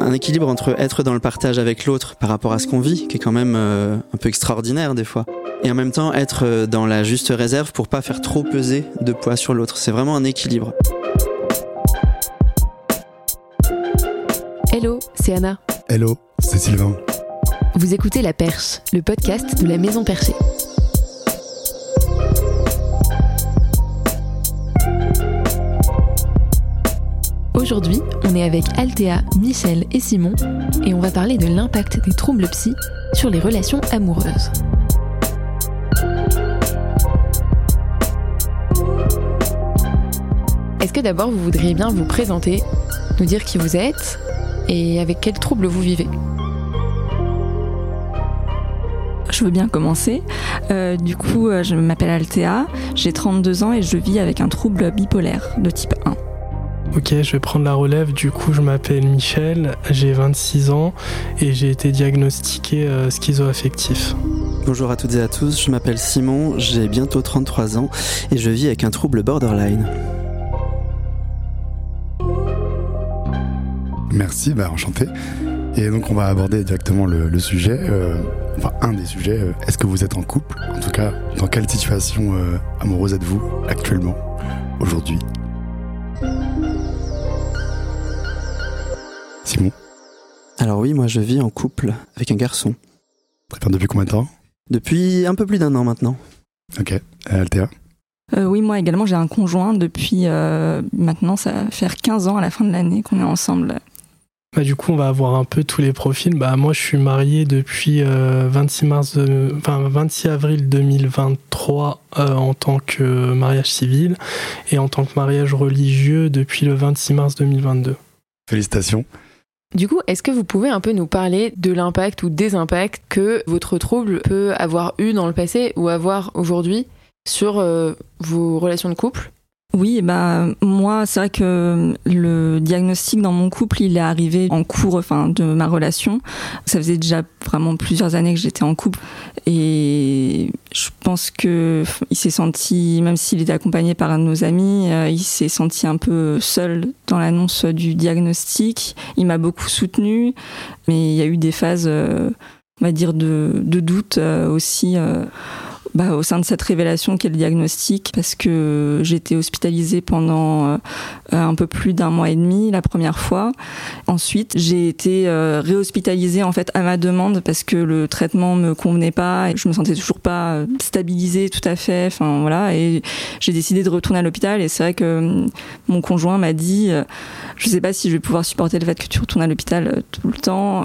un équilibre entre être dans le partage avec l'autre par rapport à ce qu'on vit, qui est quand même un peu extraordinaire des fois, et en même temps être dans la juste réserve pour pas faire trop peser de poids sur l'autre. C'est vraiment un équilibre. Hello, c'est Anna. Hello, c'est Sylvain. Vous écoutez La Perche, le podcast de la Maison Perchée. Aujourd'hui, on est avec Althea, Michel et Simon et on va parler de l'impact des troubles psy sur les relations amoureuses. Est-ce que d'abord vous voudriez bien vous présenter, nous dire qui vous êtes et avec quels troubles vous vivez ? Je veux bien commencer. Je m'appelle Althea, j'ai 32 ans et je vis avec un trouble bipolaire de type 1. Ok, je vais prendre la relève. Du coup, je m'appelle Michel, j'ai 26 ans et j'ai été diagnostiqué schizoaffectif. Bonjour à toutes et à tous, je m'appelle Simon, j'ai bientôt 33 ans et je vis avec un trouble borderline. Merci, enchanté. Et donc on va aborder directement le sujet, un des sujets. Est-ce que vous êtes en couple ? En tout cas, dans quelle situation amoureuse êtes-vous actuellement, aujourd'hui ? Simon ? Alors oui, moi je vis en couple avec un garçon. Très bien, depuis combien de temps ? Depuis un peu plus d'1 an maintenant. Ok, Althea ? Oui, moi également j'ai un conjoint depuis maintenant, ça va faire 15 ans à la fin de l'année qu'on est ensemble. Du coup, on va avoir un peu tous les profils. Moi, je suis marié depuis 26 avril 2023 en tant que mariage civil et en tant que mariage religieux depuis le 26 mars 2022. Félicitations. Du coup, est-ce que vous pouvez un peu nous parler de l'impact ou des impacts que votre trouble peut avoir eu dans le passé ou avoir aujourd'hui sur vos relations de couple ? Oui, moi, c'est vrai que le diagnostic dans mon couple, il est arrivé en cours de ma relation. Ça faisait déjà vraiment plusieurs années que j'étais en couple et je pense que il s'est senti, même s'il était accompagné par un de nos amis, il s'est senti un peu seul dans l'annonce du diagnostic. Il m'a beaucoup soutenue, mais il y a eu des phases, on va dire, de doute aussi. Au sein de cette révélation qu'est le diagnostic, parce que j'ai été hospitalisée pendant un peu plus d'1 mois et demi la première fois. Ensuite, j'ai été réhospitalisée en fait à ma demande parce que le traitement me convenait pas et je me sentais toujours pas stabilisée tout à fait. Et j'ai décidé de retourner à l'hôpital et c'est vrai que mon conjoint m'a dit je sais pas si je vais pouvoir supporter le fait que tu retournes à l'hôpital tout le temps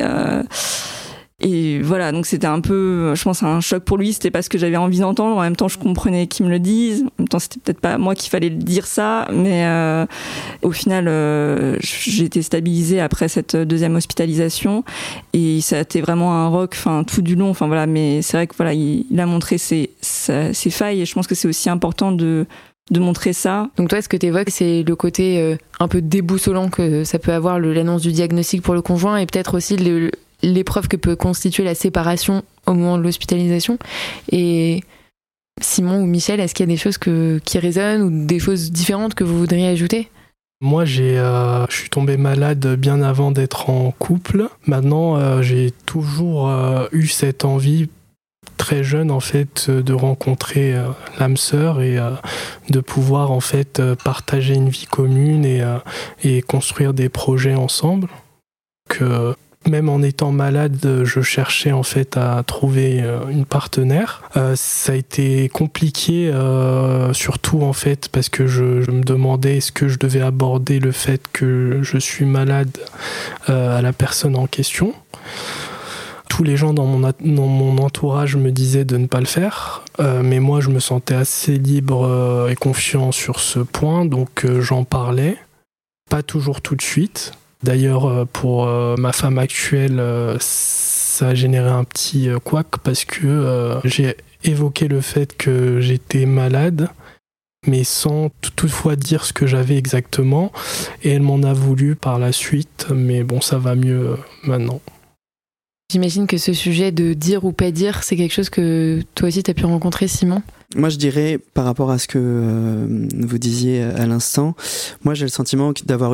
et voilà, donc c'était un peu, je pense, un choc pour lui. C'était pas ce que j'avais envie d'entendre. En même temps, je comprenais qu'il me le dise. En même temps, c'était peut-être pas moi qu'il fallait le dire ça. Mais au final, j'ai été stabilisée après cette deuxième hospitalisation. Et ça a été vraiment un rock, tout du long. Mais c'est vrai que il a montré ses failles. Et je pense que c'est aussi important de montrer ça. Donc toi, ce que tu évoques, c'est le côté un peu déboussolant que ça peut avoir l'annonce du diagnostic pour le conjoint et peut-être aussi l'épreuve que peut constituer la séparation au moment de l'hospitalisation. Et Simon ou Michel, est-ce qu'il y a des choses qui résonnent ou des choses différentes que vous voudriez ajouter ? Moi, je suis tombé malade bien avant d'être en couple. Maintenant, j'ai toujours eu cette envie très jeune en fait de rencontrer l'âme sœur et de pouvoir en fait partager une vie commune et construire des projets ensemble. Même en étant malade, je cherchais en fait à trouver une partenaire. Ça a été compliqué, surtout en fait parce que je me demandais est-ce que je devais aborder le fait que je suis malade à la personne en question. Tous les gens dans mon entourage me disaient de ne pas le faire, mais moi je me sentais assez libre et confiant sur ce point, donc j'en parlais. Pas toujours tout de suite. D'ailleurs, pour ma femme actuelle, ça a généré un petit couac parce que j'ai évoqué le fait que j'étais malade, mais sans toutefois dire ce que j'avais exactement. Et elle m'en a voulu par la suite, mais bon, ça va mieux maintenant. J'imagine que ce sujet de dire ou pas dire, c'est quelque chose que toi aussi tu as pu rencontrer, Simon ? Moi je dirais, par rapport à ce que vous disiez à l'instant, moi j'ai le sentiment d'avoir eu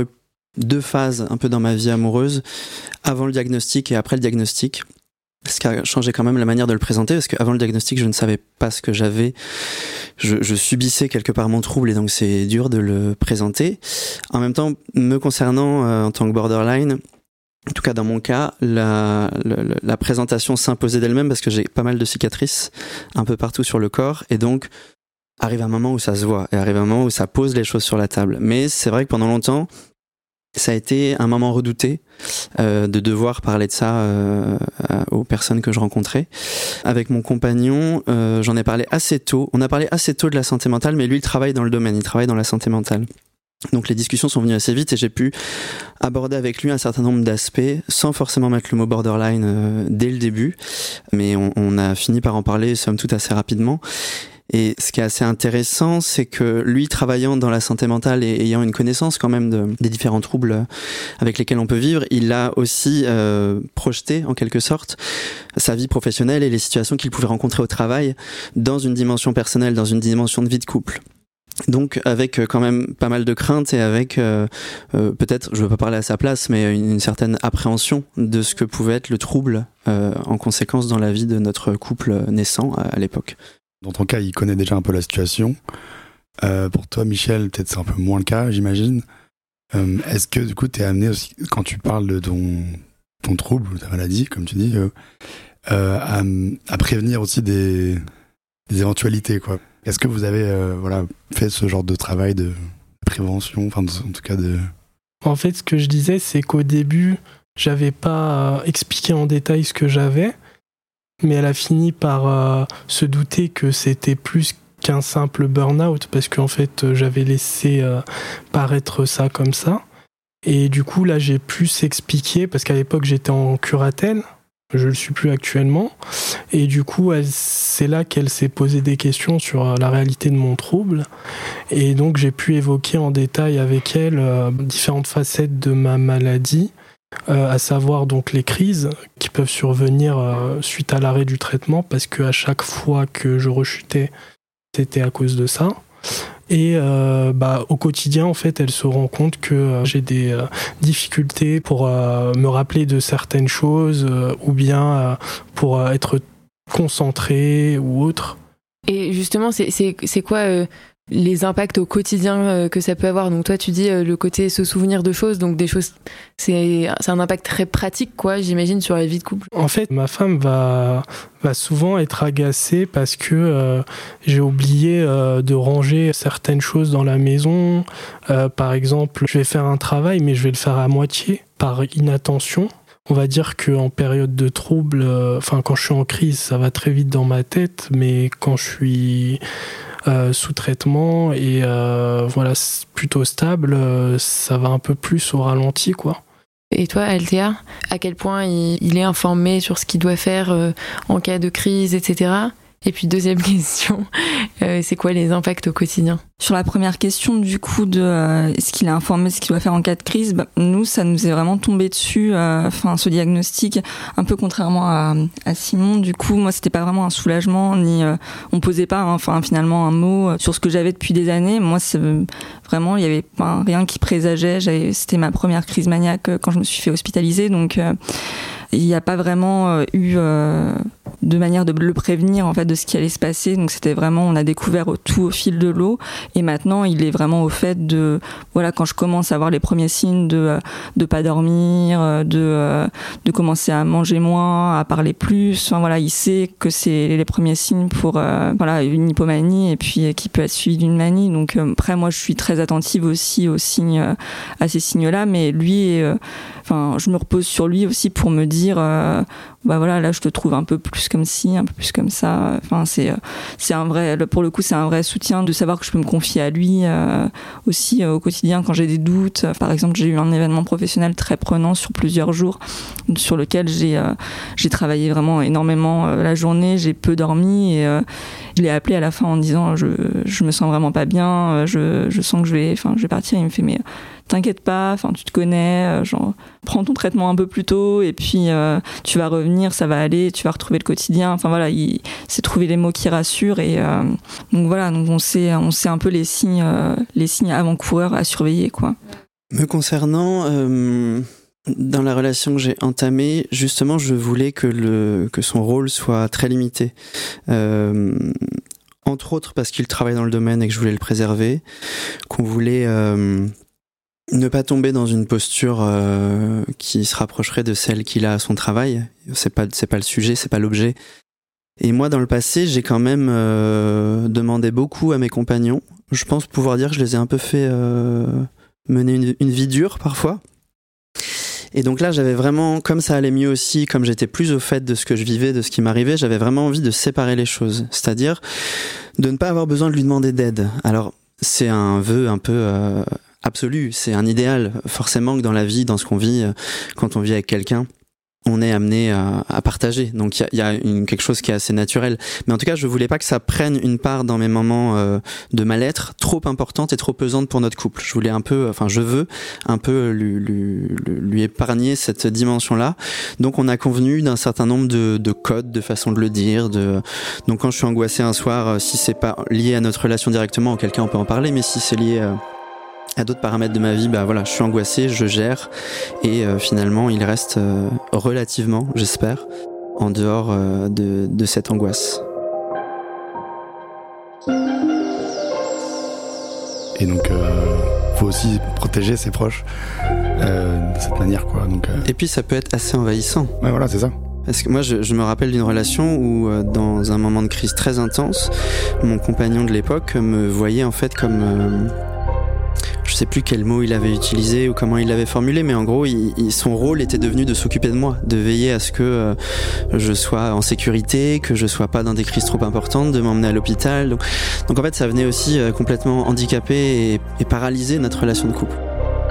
2 phases un peu dans ma vie amoureuse, avant le diagnostic et après le diagnostic. Ce qui a changé quand même la manière de le présenter, parce qu'avant le diagnostic, je ne savais pas ce que j'avais. Je subissais quelque part mon trouble, et donc c'est dur de le présenter. En même temps, me concernant en tant que borderline, en tout cas dans mon cas, la présentation s'imposait d'elle-même, parce que j'ai pas mal de cicatrices un peu partout sur le corps, et donc arrive un moment où ça se voit, et arrive un moment où ça pose les choses sur la table. Mais c'est vrai que pendant longtemps, ça a été un moment redouté de devoir parler de ça aux personnes que je rencontrais. Avec mon compagnon, j'en ai parlé assez tôt. On a parlé assez tôt de la santé mentale, mais lui, il travaille dans le domaine, il travaille dans la santé mentale. Donc les discussions sont venues assez vite et j'ai pu aborder avec lui un certain nombre d'aspects sans forcément mettre le mot borderline dès le début. Mais on a fini par en parler, somme toute, assez rapidement. Et ce qui est assez intéressant, c'est que lui, travaillant dans la santé mentale et ayant une connaissance quand même des différents troubles avec lesquels on peut vivre, il a aussi projeté, en quelque sorte, sa vie professionnelle et les situations qu'il pouvait rencontrer au travail dans une dimension personnelle, dans une dimension de vie de couple. Donc avec quand même pas mal de craintes et avec peut-être, je veux pas parler à sa place, mais une certaine appréhension de ce que pouvait être le trouble en conséquence dans la vie de notre couple naissant à l'époque. Dans ton cas, il connaît déjà un peu la situation. Pour toi, Michel, peut-être c'est un peu moins le cas, j'imagine. Est-ce que du coup, t'es amené aussi, quand tu parles de ton trouble, ta maladie, comme tu dis, à prévenir aussi des éventualités, quoi. Est-ce que vous avez fait ce genre de travail de prévention, enfin en tout cas de... En fait, ce que je disais, c'est qu'au début, j'avais pas expliqué en détail ce que j'avais, mais elle a fini par se douter que c'était plus qu'un simple burn-out, parce qu'en fait, j'avais laissé paraître ça comme ça. Et du coup, là, j'ai plus expliqué, parce qu'à l'époque, j'étais en curatelle, je le suis plus actuellement, et du coup, c'est là qu'elle s'est posé des questions sur la réalité de mon trouble, et donc j'ai pu évoquer en détail avec elle différentes facettes de ma maladie, à savoir donc les crises qui peuvent survenir suite à l'arrêt du traitement, parce qu'à chaque fois que je rechutais, c'était à cause de ça. Et au quotidien, en fait, elle se rend compte que j'ai des difficultés pour me rappeler de certaines choses ou bien pour être concentré ou autre. Et justement, c'est quoi les impacts au quotidien que ça peut avoir? Donc toi, tu dis le côté se souvenir de choses, donc des choses, c'est un impact très pratique, quoi, j'imagine, sur la vie de couple. En fait, ma femme va souvent être agacée parce que j'ai oublié de ranger certaines choses dans la maison. Par exemple, je vais faire un travail, mais je vais le faire à moitié, par inattention. On va dire qu'en période de trouble, quand je suis en crise, ça va très vite dans ma tête, mais quand je suis sous traitement et plutôt stable, ça va un peu plus au ralenti, quoi. Et toi, Althea, à quel point il est informé sur ce qu'il doit faire en cas de crise, etc. Et puis deuxième question, c'est quoi les impacts au quotidien? Sur la première question, du coup, de est-ce qu'il est informé de ce qu'il doit faire en cas de crise, nous, ça nous est vraiment tombé dessus, ce diagnostic, un peu contrairement à Simon. Du coup, moi, c'était pas vraiment un soulagement, ni on posait pas, finalement, un mot sur ce que j'avais depuis des années. Moi, vraiment, il y avait rien qui présageait. C'était ma première crise maniaque quand je me suis fait hospitaliser, donc il n'y a pas vraiment eu de manière de le prévenir en fait de ce qui allait se passer. Donc c'était vraiment, on a découvert tout au fil de l'eau. Et maintenant, il est vraiment au fait de, quand je commence à avoir les premiers signes de pas dormir, de commencer à manger moins, à parler plus. Il sait que c'est les premiers signes pour une hypomanie et puis qui peut être suivie d'une manie. Donc après, moi, je suis très attentive aussi aux signes, à ces signes-là. Mais lui, je me repose sur lui aussi pour me dire, là, je te trouve un peu plus comme ci, un peu plus comme ça. C'est un vrai, pour le coup, c'est un vrai soutien de savoir que je peux me confier à lui aussi au quotidien quand j'ai des doutes. Par exemple, j'ai eu un événement professionnel très prenant sur plusieurs jours, sur lequel j'ai travaillé vraiment énormément la journée. J'ai peu dormi et je l'ai appelé à la fin en disant je me sens vraiment pas bien. Je sens que je vais partir. Il me fait mais t'inquiète pas, tu te connais, prends ton traitement un peu plus tôt et puis tu vas revenir, ça va aller, tu vas retrouver le quotidien. Il s'est trouvé les mots qui rassurent et donc on sait un peu les signes avant-coureurs à surveiller, quoi. Me concernant, dans la relation que j'ai entamée, justement, je voulais que son rôle soit très limité. Entre autres parce qu'il travaille dans le domaine et que je voulais le préserver, qu'on voulait ne pas tomber dans une posture qui se rapprocherait de celle qu'il a à son travail. C'est pas le sujet, c'est pas l'objet. Et moi, dans le passé, j'ai quand même demandé beaucoup à mes compagnons. Je pense pouvoir dire que je les ai un peu fait mener une vie dure parfois. Et donc là, j'avais vraiment, comme ça allait mieux aussi, comme j'étais plus au fait de ce que je vivais, de ce qui m'arrivait, j'avais vraiment envie de séparer les choses. C'est-à-dire de ne pas avoir besoin de lui demander d'aide. Alors, c'est un vœu un peu absolu, c'est un idéal. Forcément que dans la vie, dans ce qu'on vit, quand on vit avec quelqu'un, on est amené à partager. Donc il y a quelque chose qui est assez naturel. Mais en tout cas, je voulais pas que ça prenne une part dans mes moments de mal-être trop importante et trop pesante pour notre couple. Je veux un peu lui épargner cette dimension-là. Donc on a convenu d'un certain nombre de codes, de façons de le dire. Donc quand je suis angoissé un soir, si c'est pas lié à notre relation directement, auquel cas on peut en parler, mais si c'est lié à d'autres paramètres de ma vie, je suis angoissé, je gère et finalement il reste relativement, j'espère, en dehors de cette angoisse. Et donc faut aussi protéger ses proches de cette manière, quoi. Donc, Et puis ça peut être assez envahissant. Ouais, voilà, c'est ça. Parce que moi, je me rappelle d'une relation où, dans un moment de crise très intense, mon compagnon de l'époque me voyait en fait comme... je sais plus quel mot il avait utilisé ou comment il l'avait formulé, mais en gros, son rôle était devenu de s'occuper de moi, de veiller à ce que je sois en sécurité, que je sois pas dans des crises trop importantes, de m'emmener à l'hôpital. Donc en fait, ça venait aussi complètement handicaper et paralyser notre relation de couple.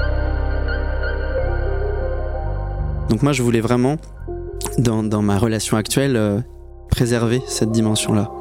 Donc moi, je voulais vraiment, dans ma relation actuelle, préserver cette dimension-là.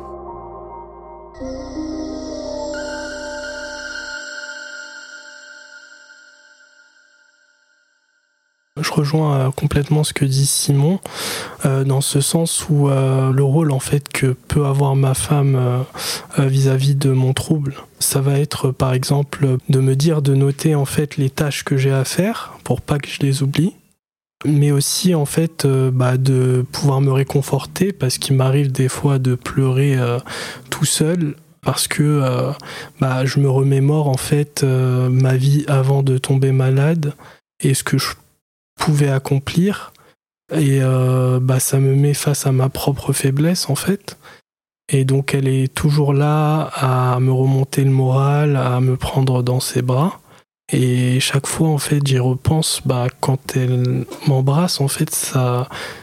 Je rejoins complètement ce que dit Simon, dans ce sens où le rôle en fait que peut avoir ma femme vis-à-vis de mon trouble, ça va être par exemple de me dire de noter en fait les tâches que j'ai à faire pour pas que je les oublie, mais aussi en fait de pouvoir me réconforter parce qu'il m'arrive des fois de pleurer tout seul. Parce que je me remémore en fait ma vie avant de tomber malade et ce que je pouvais accomplir et ça me met face à ma propre faiblesse en fait, et donc elle est toujours là à me remonter le moral, à me prendre dans ses bras, et chaque fois en fait j'y repense, quand elle m'embrasse en fait ça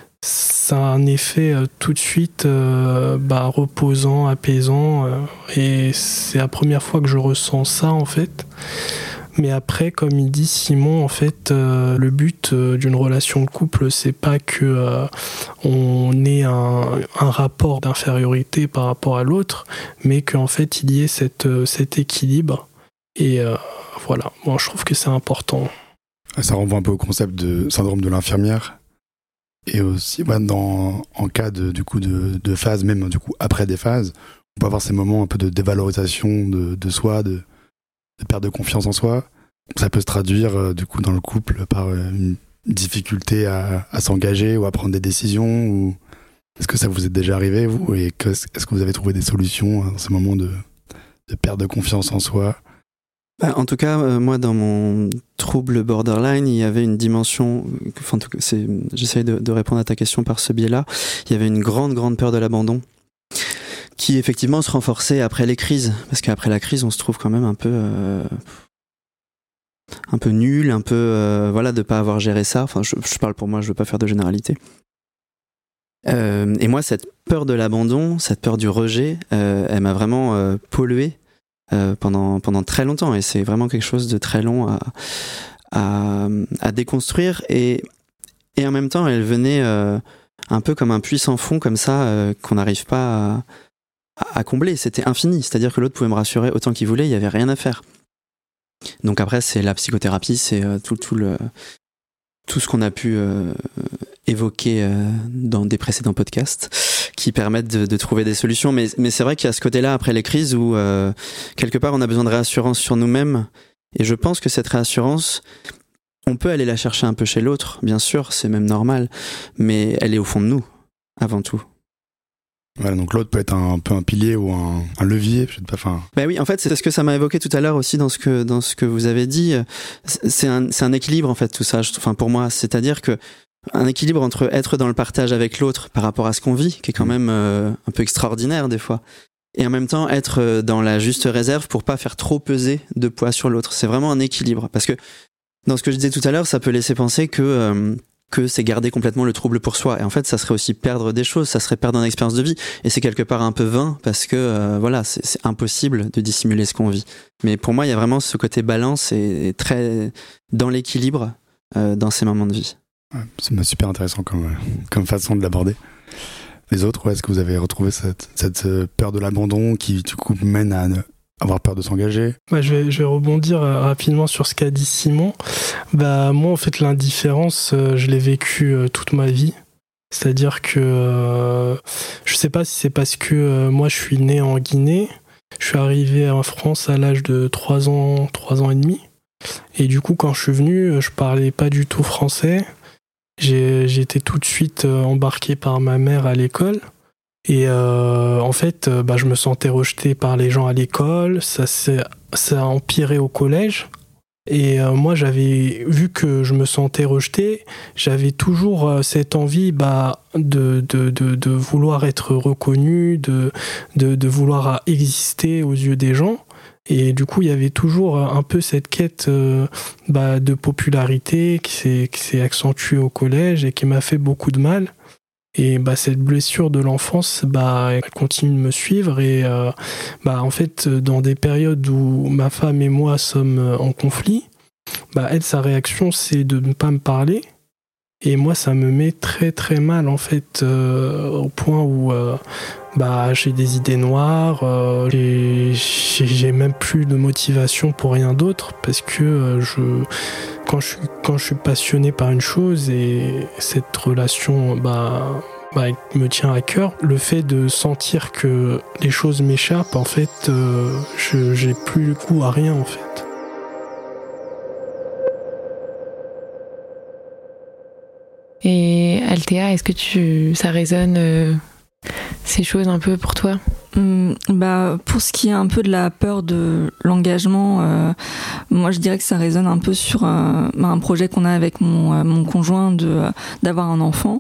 a un effet tout de suite reposant, apaisant, et c'est la première fois que je ressens ça en fait. Mais après, comme il dit Simon, en fait, le but d'une relation de couple, c'est pas que on ait un rapport d'infériorité par rapport à l'autre, mais qu'en fait, il y ait cet équilibre. Et voilà, je trouve que c'est important. Ça renvoie un peu au concept de syndrome de l'infirmière. Et aussi, en cas de phase, même du coup après des phases, on peut avoir ces moments un peu de dévalorisation de soi, de perte de confiance en soi. Ça peut se traduire du coup dans le couple par une difficulté à s'engager ou à prendre des décisions. Ou... Est-ce que ça vous est déjà arrivé, vous? Et est-ce que vous avez trouvé des solutions dans ces moments de perte de confiance en soi? En tout cas, moi, dans mon trouble borderline, il y avait une dimension... Enfin, j'essaye de répondre à ta question par ce biais-là. Il y avait une grande peur de l'abandon qui, effectivement, se renforçait après les crises. Parce qu'après la crise, on se trouve quand même un peu nul, un peu... de pas avoir géré ça. Enfin, je parle pour moi, je veux pas faire de généralité. Et moi, cette peur de l'abandon, cette peur du rejet, elle m'a vraiment pollué pendant très longtemps, et c'est vraiment quelque chose de très long à déconstruire, et en même temps elle venait un peu comme un puits sans fond comme ça, qu'on n'arrive pas à combler. C'était infini, c'est-à-dire que l'autre pouvait me rassurer autant qu'il voulait, il n'y avait rien à faire. Donc après c'est la psychothérapie, c'est tout ce qu'on a pu évoquer dans des précédents podcasts qui permettent de trouver des solutions. Mais c'est vrai qu'il y a ce côté-là après les crises où quelque part on a besoin de réassurance sur nous-mêmes Et je pense que cette réassurance, on peut aller la chercher un peu chez l'autre, bien sûr, c'est même normal, mais elle est au fond de nous, avant tout. Voilà, donc l'autre peut être un peu un pilier ou un levier, je sais pas. Ben oui, en fait, c'est ce que ça m'a évoqué tout à l'heure aussi dans ce que vous avez dit. C'est un équilibre en fait tout ça. Enfin pour moi, c'est-à-dire que un équilibre entre être dans le partage avec l'autre par rapport à ce qu'on vit, qui est quand même un peu extraordinaire des fois, et en même temps être dans la juste réserve pour pas faire trop peser de poids sur l'autre. C'est vraiment un équilibre parce que dans ce que je disais tout à l'heure, ça peut laisser penser que c'est garder complètement le trouble pour soi. Et en fait, ça serait aussi perdre des choses, ça serait perdre une expérience de vie. Et c'est quelque part un peu vain parce que voilà, c'est impossible de dissimuler ce qu'on vit. Mais pour moi, il y a vraiment ce côté balance et très dans l'équilibre dans ces moments de vie. Ouais, c'est super intéressant comme façon de l'aborder. Les autres, est-ce que vous avez retrouvé cette peur de l'abandon qui du coup mène à avoir peur de s'engager? Je vais rebondir rapidement sur ce qu'a dit Simon. Moi, en fait, l'indifférence, je l'ai vécue toute ma vie. C'est-à-dire que je sais pas si c'est parce que moi, je suis né en Guinée. Je suis arrivé en France à l'âge de 3 ans et demi. Et du coup, quand je suis venu, je parlais pas du tout français. J'ai été tout de suite embarqué par ma mère à l'école. Et en fait, je me sentais rejeté par les gens à l'école, ça a empiré au collège. Et moi, j'avais vu que je me sentais rejeté, j'avais toujours cette envie de vouloir être reconnu, de vouloir exister aux yeux des gens. Et du coup, il y avait toujours un peu cette quête de popularité qui s'est accentuée au collège et qui m'a fait beaucoup de mal. Et cette blessure de l'enfance, elle continue de me suivre. Et en fait, dans des périodes où ma femme et moi sommes en conflit, elle, sa réaction, c'est de ne pas me parler. Et moi, ça me met très très mal, en fait, au point où j'ai des idées noires, j'ai même plus de motivation pour rien d'autre, parce que quand je suis passionné par une chose et cette relation me tient à cœur, le fait de sentir que les choses m'échappent, en fait, j'ai plus le goût à rien, en fait. Et Althea, est-ce que ça résonne ces choses un peu pour toi? Pour ce qui est un peu de la peur de l'engagement, moi je dirais que ça résonne un peu sur un projet qu'on a avec mon conjoint d'avoir un enfant.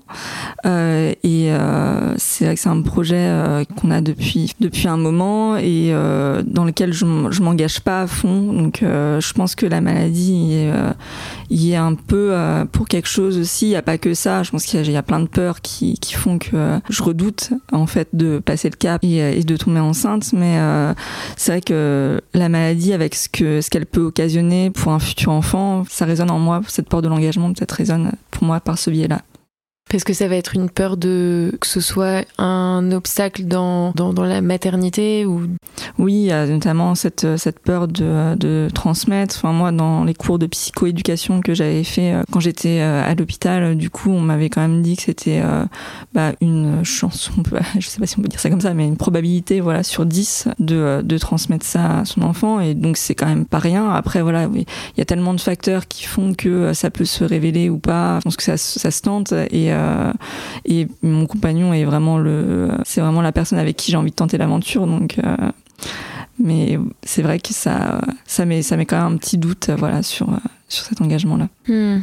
Et c'est vrai que c'est un projet qu'on a depuis un moment et dans lequel je m'engage pas à fond. Donc je pense que la maladie y est un peu pour quelque chose aussi. Il y a pas que ça. Je pense qu'il y a plein de peurs qui font que je redoute en fait de passer le cap et de tomber enceinte, mais c'est vrai que la maladie avec ce qu'elle peut occasionner pour un futur enfant, ça résonne en moi. Cette peur de l'engagement peut-être résonne pour moi par ce biais-là. Parce que ça va être une peur que ce soit un obstacle dans la maternité ou... Oui, il y a notamment cette peur de transmettre. Enfin, moi, dans les cours de psychoéducation que j'avais fait quand j'étais à l'hôpital, du coup, on m'avait quand même dit que c'était une chance, je sais pas si on peut dire ça comme ça, mais une probabilité sur 10 de transmettre ça à son enfant. Et donc, c'est quand même pas rien. Après, il y a tellement de facteurs qui font que ça peut se révéler ou pas. Je pense que ça se tente et mon compagnon est c'est vraiment la personne avec qui j'ai envie de tenter l'aventure, donc mais c'est vrai que ça met quand même un petit doute sur cet engagement là.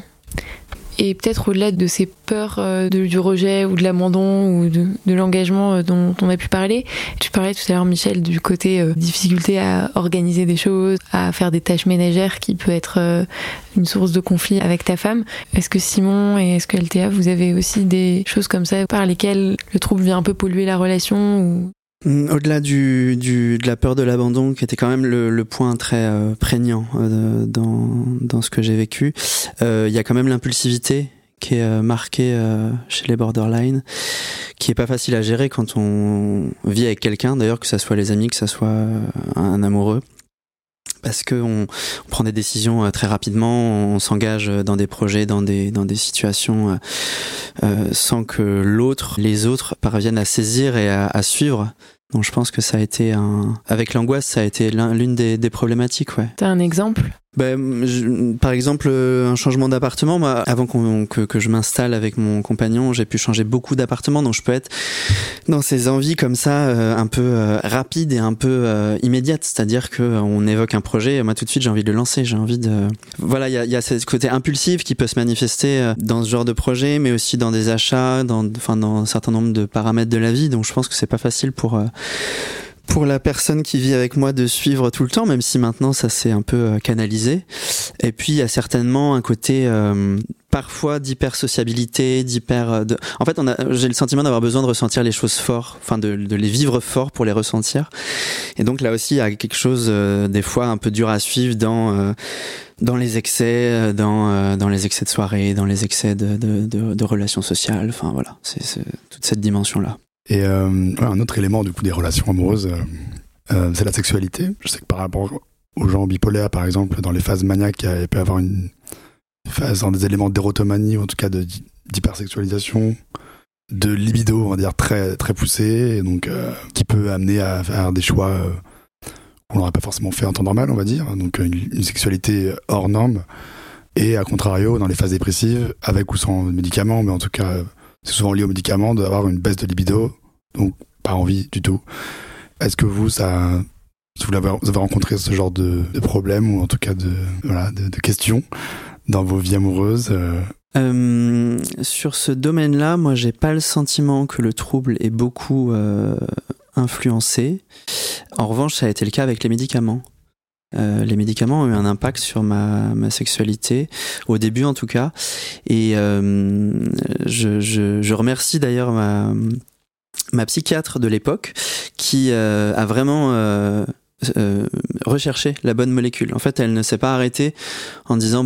Et peut-être au-delà de ces peurs du rejet ou de l'abandon ou de l'engagement dont on a pu parler, tu parlais tout à l'heure, Michel, du côté difficulté à organiser des choses, à faire des tâches ménagères qui peut être une source de conflit avec ta femme. Est-ce que Simon et est-ce que Althea, vous avez aussi des choses comme ça par lesquelles le trouble vient un peu polluer la relation ou... Au-delà de la peur de l'abandon, qui était quand même le point très prégnant dans ce que j'ai vécu, il y a quand même l'impulsivité qui est marquée chez les borderline, qui est pas facile à gérer quand on vit avec quelqu'un, d'ailleurs, que ça soit les amis, que ça soit un amoureux. Parce que on prend des décisions très rapidement, on s'engage dans des projets, dans des situations sans que les autres parviennent à saisir et à suivre. Donc je pense que ça a été avec l'angoisse, ça a été l'une des problématiques, ouais. T'as un exemple Par exemple, un changement d'appartement. Moi, avant que je m'installe avec mon compagnon, j'ai pu changer beaucoup d'appartements, donc je peux être dans ces envies comme ça, un peu rapides et un peu immédiates. C'est-à-dire que on évoque un projet, et moi tout de suite j'ai envie de le lancer, j'ai envie de. Voilà, il y a ce côté impulsif qui peut se manifester dans ce genre de projet, mais aussi dans des achats, dans un certain nombre de paramètres de la vie. Donc je pense que c'est pas facile pour la personne qui vit avec moi de suivre tout le temps, même si maintenant ça s'est un peu canalisé. Et puis il y a certainement un côté parfois d'hyper-sociabilité, En fait, j'ai le sentiment d'avoir besoin de ressentir les choses fort, de les vivre fort pour les ressentir. Et donc là aussi, il y a quelque chose des fois un peu dur à suivre dans les excès, dans les excès de soirée, dans les excès de relations sociales. Enfin voilà, c'est toute cette dimension-là. Et un autre élément du coup des relations amoureuses, c'est la sexualité. Je sais que par rapport aux gens bipolaires, par exemple, dans les phases maniaques, il peut y avoir une phase dans des éléments d'érotomanie, ou en tout cas d'hypersexualisation, de libido, on va dire très très poussé, et donc qui peut amener à faire des choix qu'on n'aurait pas forcément fait en temps normal, on va dire. Donc une sexualité hors norme, et à contrario dans les phases dépressives, avec ou sans médicaments, mais en tout cas c'est souvent lié aux médicaments, d'avoir une baisse de libido, donc pas envie du tout. Est-ce que vous avez rencontré ce genre de problème, ou en tout cas de questions dans vos vies amoureuses Sur ce domaine-là, moi j'ai pas le sentiment que le trouble est beaucoup influencé. En revanche, ça a été le cas avec les médicaments. Les médicaments ont eu un impact sur ma sexualité, au début en tout cas, et je remercie d'ailleurs ma psychiatre de l'époque qui a vraiment recherché la bonne molécule. En fait, elle ne s'est pas arrêtée en disant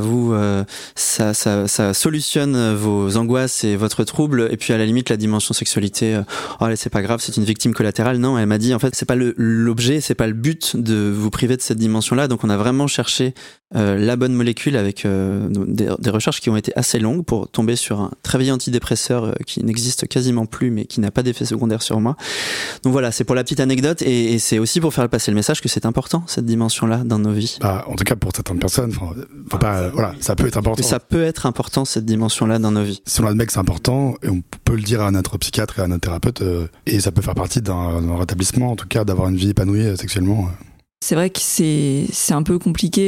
ça solutionne vos angoisses et votre trouble, et puis à la limite la dimension sexualité, c'est pas grave, c'est une victime collatérale. Non, elle m'a dit en fait c'est pas l'objet, c'est pas le but de vous priver de cette dimension-là. Donc on a vraiment cherché la bonne molécule avec des recherches qui ont été assez longues pour tomber sur un très vieil antidépresseur qui n'existe quasiment plus, mais qui n'a pas d'effet secondaire sur moi. Donc voilà, c'est pour la petite anecdote, et c'est aussi pour faire passer le message que c'est important, cette dimension-là dans nos vies. En tout cas pour certaines personnes, ça peut être important. Ça peut être important, cette dimension-là dans nos vies. Si on admet que c'est important, et on peut le dire à notre psychiatre et à notre thérapeute, et ça peut faire partie d'un rétablissement, en tout cas d'avoir une vie épanouie sexuellement. C'est vrai que c'est un peu compliqué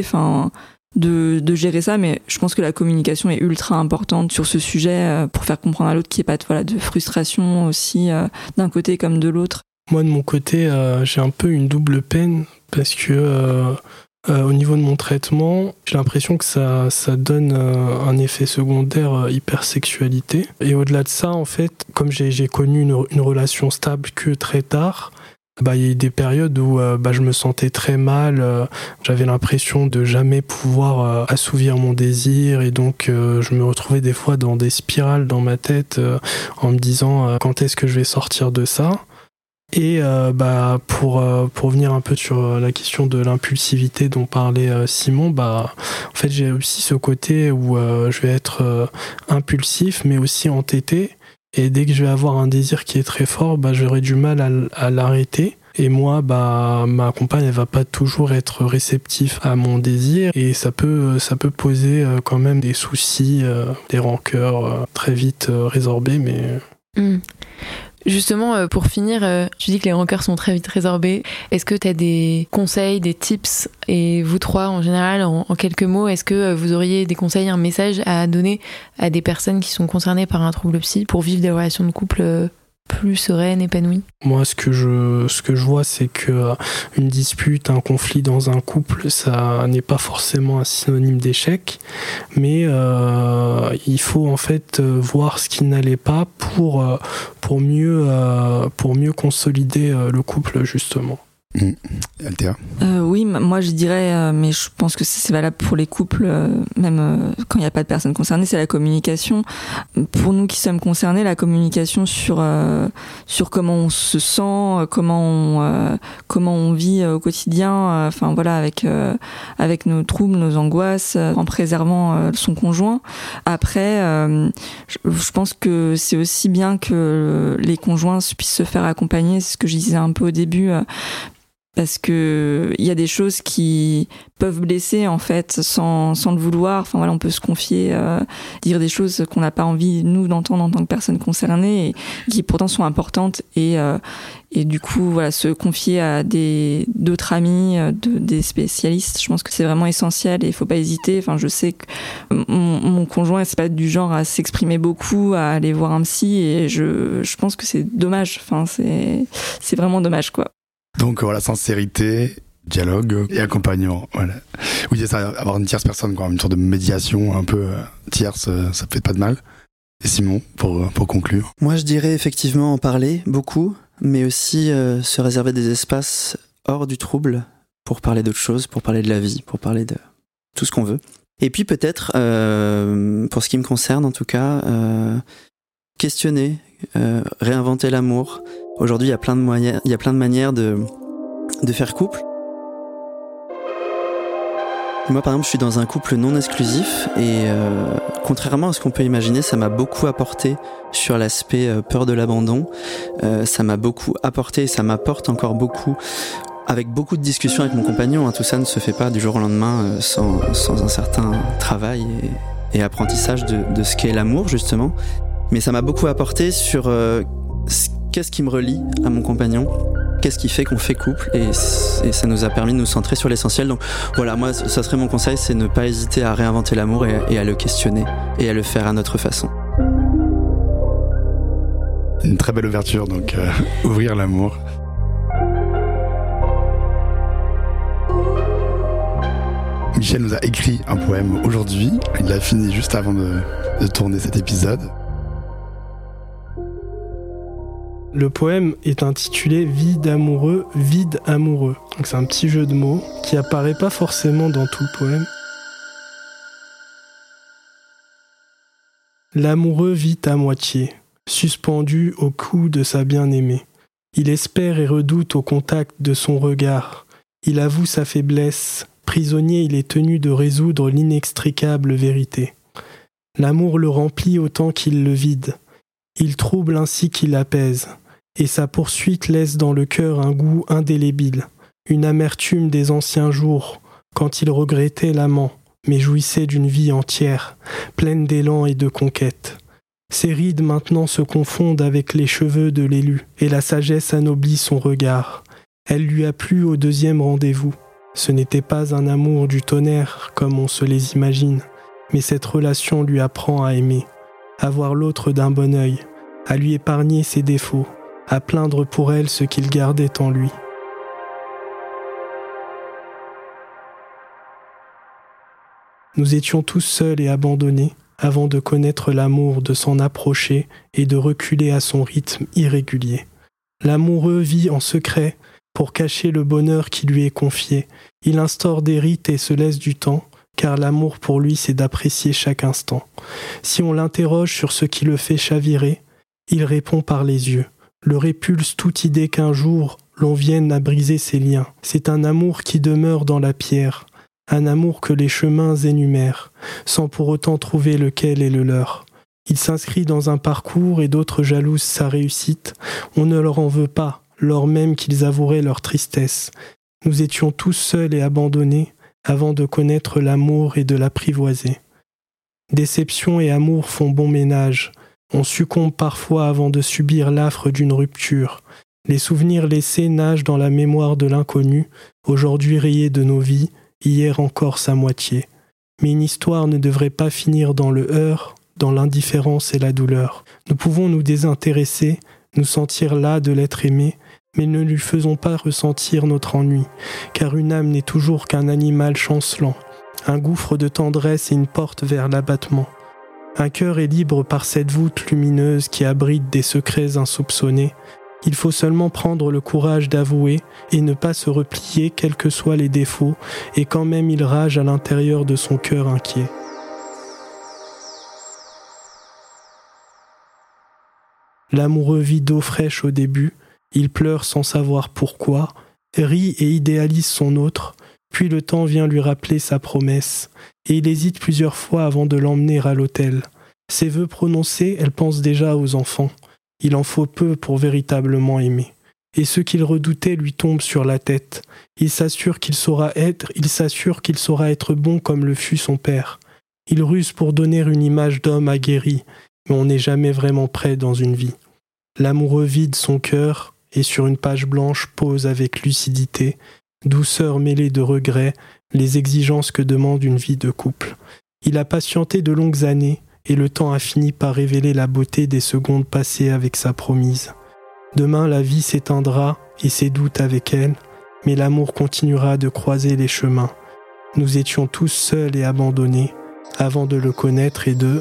de gérer ça, mais je pense que la communication est ultra importante sur ce sujet pour faire comprendre à l'autre qu'il n'y ait pas de frustration aussi d'un côté comme de l'autre. Moi de mon côté, j'ai un peu une double peine parce que au niveau de mon traitement, j'ai l'impression que ça donne un effet secondaire hypersexualité. Et au-delà de ça, en fait, comme j'ai connu une relation stable que très tard, il y a eu des périodes où je me sentais très mal, j'avais l'impression de jamais pouvoir assouvir mon désir, et donc je me retrouvais des fois dans des spirales dans ma tête en me disant quand est-ce que je vais sortir de ça. Et pour venir un peu sur la question de l'impulsivité dont parlait Simon, en fait j'ai aussi ce côté où je vais être impulsif mais aussi entêté. Et dès que je vais avoir un désir qui est très fort, j'aurai du mal à l'arrêter. Et moi, ma compagne, elle va pas toujours être réceptive à mon désir. Et ça peut poser quand même des soucis, des rancœurs très vite résorbés. Mais... Justement, pour finir, tu dis que les rancœurs sont très vite résorbés. Est-ce que tu as des conseils, des tips, et vous trois en général, en quelques mots, est-ce que vous auriez des conseils, un message à donner à des personnes qui sont concernées par un trouble psy pour vivre des relations de couple plus sereines, épanouies ? Moi, ce que je vois, c'est que une dispute, un conflit dans un couple, ça n'est pas forcément un synonyme d'échec, mais il faut en fait voir ce qui n'allait pas pour mieux consolider le couple, justement. Althea. Oui, moi je dirais, mais je pense que c'est valable pour les couples, même quand il n'y a pas de personnes concernées, c'est la communication. Pour nous qui sommes concernés, la communication sur comment on se sent, comment on vit au quotidien, avec nos troubles, nos angoisses, en préservant son conjoint. Après, je pense que c'est aussi bien que les conjoints puissent se faire accompagner, c'est ce que je disais un peu au début. parce que il y a des choses qui peuvent blesser en fait sans le vouloir. Enfin voilà, on peut se confier, dire des choses qu'on n'a pas envie nous d'entendre en tant que personne concernée et qui pourtant sont importantes et du coup voilà, se confier à d'autres amis, des spécialistes, je pense que c'est vraiment essentiel et il faut pas hésiter. Enfin je sais que mon conjoint c'est pas du genre à s'exprimer beaucoup, à aller voir un psy et je pense que c'est dommage. Enfin c'est vraiment dommage quoi. Donc voilà, sincérité, dialogue et accompagnement. Voilà. Oui, c'est ça, avoir une tierce personne, quoi, une sorte de médiation un peu tierce, ça fait pas de mal. Et Simon, pour conclure. Moi, je dirais effectivement en parler beaucoup, mais aussi se réserver des espaces hors du trouble pour parler d'autres choses, pour parler de la vie, pour parler de tout ce qu'on veut. Et puis peut-être, pour ce qui me concerne en tout cas, questionner, réinventer l'amour. Aujourd'hui, il y a plein de manières de faire couple. Moi, par exemple, je suis dans un couple non exclusif et contrairement à ce qu'on peut imaginer, ça m'a beaucoup apporté sur l'aspect peur de l'abandon. Ça m'a beaucoup apporté et ça m'apporte encore beaucoup avec beaucoup de discussions avec mon compagnon. Tout ça ne se fait pas du jour au lendemain sans un certain travail et apprentissage de ce qu'est l'amour, justement. Mais ça m'a beaucoup apporté sur qu'est-ce qui me relie à mon compagnon, qu'est-ce qui fait qu'on fait couple, et ça nous a permis de nous centrer sur l'essentiel. Donc voilà, moi ça serait mon conseil, c'est ne pas hésiter à réinventer l'amour et à le questionner et à le faire à notre façon. Une très belle ouverture, donc ouvrir l'amour. Michel nous a écrit un poème aujourd'hui, il l'a fini juste avant de tourner cet épisode. Le poème est intitulé « Vide amoureux, vide amoureux ». Donc c'est un petit jeu de mots qui apparaît pas forcément dans tout le poème. L'amoureux vit à moitié, suspendu au cou de sa bien-aimée. Il espère et redoute au contact de son regard. Il avoue sa faiblesse. Prisonnier, il est tenu de résoudre l'inextricable vérité. L'amour le remplit autant qu'il le vide. Il trouble ainsi qu'il apaise. Et sa poursuite laisse dans le cœur un goût indélébile, une amertume des anciens jours, quand il regrettait l'amant, mais jouissait d'une vie entière, pleine d'élan et de conquête. Ses rides maintenant se confondent avec les cheveux de l'élu, et la sagesse anoblit son regard. Elle lui a plu au deuxième rendez-vous. Ce n'était pas un amour du tonnerre, comme on se les imagine, mais cette relation lui apprend à aimer, à voir l'autre d'un bon œil, à lui épargner ses défauts, à plaindre pour elle ce qu'il gardait en lui. Nous étions tous seuls et abandonnés avant de connaître l'amour, de s'en approcher et de reculer à son rythme irrégulier. L'amoureux vit en secret pour cacher le bonheur qui lui est confié. Il instaure des rites et se laisse du temps, car l'amour pour lui c'est d'apprécier chaque instant. Si on l'interroge sur ce qui le fait chavirer, il répond par les yeux. Le répulse toute idée qu'un jour l'on vienne à briser ses liens. C'est un amour qui demeure dans la pierre, un amour que les chemins énumèrent, sans pour autant trouver lequel est le leur. Il s'inscrit dans un parcours et d'autres jalousent sa réussite. On ne leur en veut pas, lors même qu'ils avoueraient leur tristesse. Nous étions tous seuls et abandonnés avant de connaître l'amour et de l'apprivoiser. Déception et amour font bon ménage. On succombe parfois avant de subir l'affre d'une rupture. Les souvenirs laissés nagent dans la mémoire de l'inconnu, aujourd'hui rayés de nos vies, hier encore sa moitié. Mais une histoire ne devrait pas finir dans le heurt, dans l'indifférence et la douleur. Nous pouvons nous désintéresser, nous sentir las de l'être aimé, mais ne lui faisons pas ressentir notre ennui, car une âme n'est toujours qu'un animal chancelant, un gouffre de tendresse et une porte vers l'abattement. Un cœur est libre par cette voûte lumineuse qui abrite des secrets insoupçonnés. Il faut seulement prendre le courage d'avouer et ne pas se replier quels que soient les défauts, et quand même il rage à l'intérieur de son cœur inquiet. L'amoureux vit d'eau fraîche au début, il pleure sans savoir pourquoi, rit et idéalise son autre, puis le temps vient lui rappeler sa promesse, et il hésite plusieurs fois avant de l'emmener à l'autel. Ses vœux prononcés, elle pense déjà aux enfants. Il en faut peu pour véritablement aimer. et ce qu'il redoutait lui tombe sur la tête. Il s'assure qu'il saura être bon comme le fut son père. Il ruse pour donner une image d'homme aguerri, mais on n'est jamais vraiment prêt dans une vie. L'amoureux vide son cœur et sur une page blanche pose avec lucidité, douceur mêlée de regrets, les exigences que demande une vie de couple. Il a patienté de longues années et le temps a fini par révéler la beauté des secondes passées avec sa promise. Demain, la vie s'éteindra et ses doutes avec elle, mais l'amour continuera de croiser les chemins. Nous étions tous seuls et abandonnés avant de le connaître et de...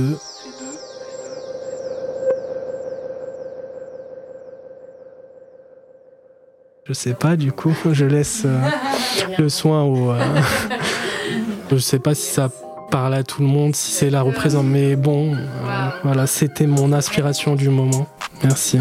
Je sais pas, du coup, je laisse le soin au... Je sais pas si ça parle à tout le monde, si c'est la représente, mais bon, voilà, c'était mon inspiration du moment. Merci.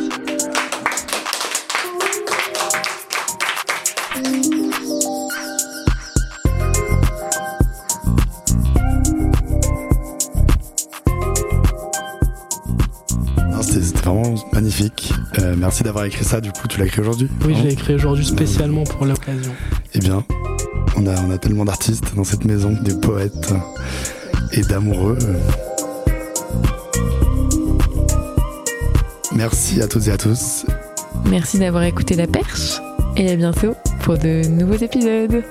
C'était vraiment magnifique. Merci d'avoir écrit ça. Du coup, tu l'as écrit aujourd'hui ? Oui, je l'ai écrit aujourd'hui spécialement pour l'occasion. Eh bien, on a tellement d'artistes dans cette maison, des poètes et d'amoureux. Merci à toutes et à tous. Merci d'avoir écouté La Perche et à bientôt pour de nouveaux épisodes.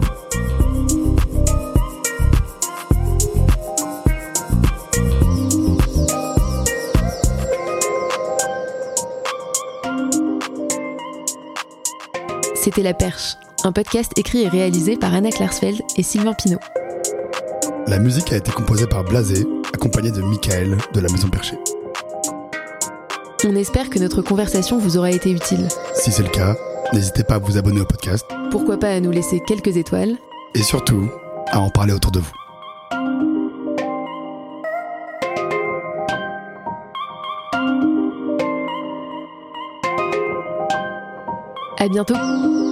C'était La Perche, un podcast écrit et réalisé par Anna Klarsfeld et Sylvain Pinault. La musique a été composée par Blasé, accompagné de Michael de la Maison Perchée. On espère que notre conversation vous aura été utile. Si c'est le cas, n'hésitez pas à vous abonner au podcast. Pourquoi pas à nous laisser quelques étoiles. Et surtout, à en parler autour de vous. À bientôt.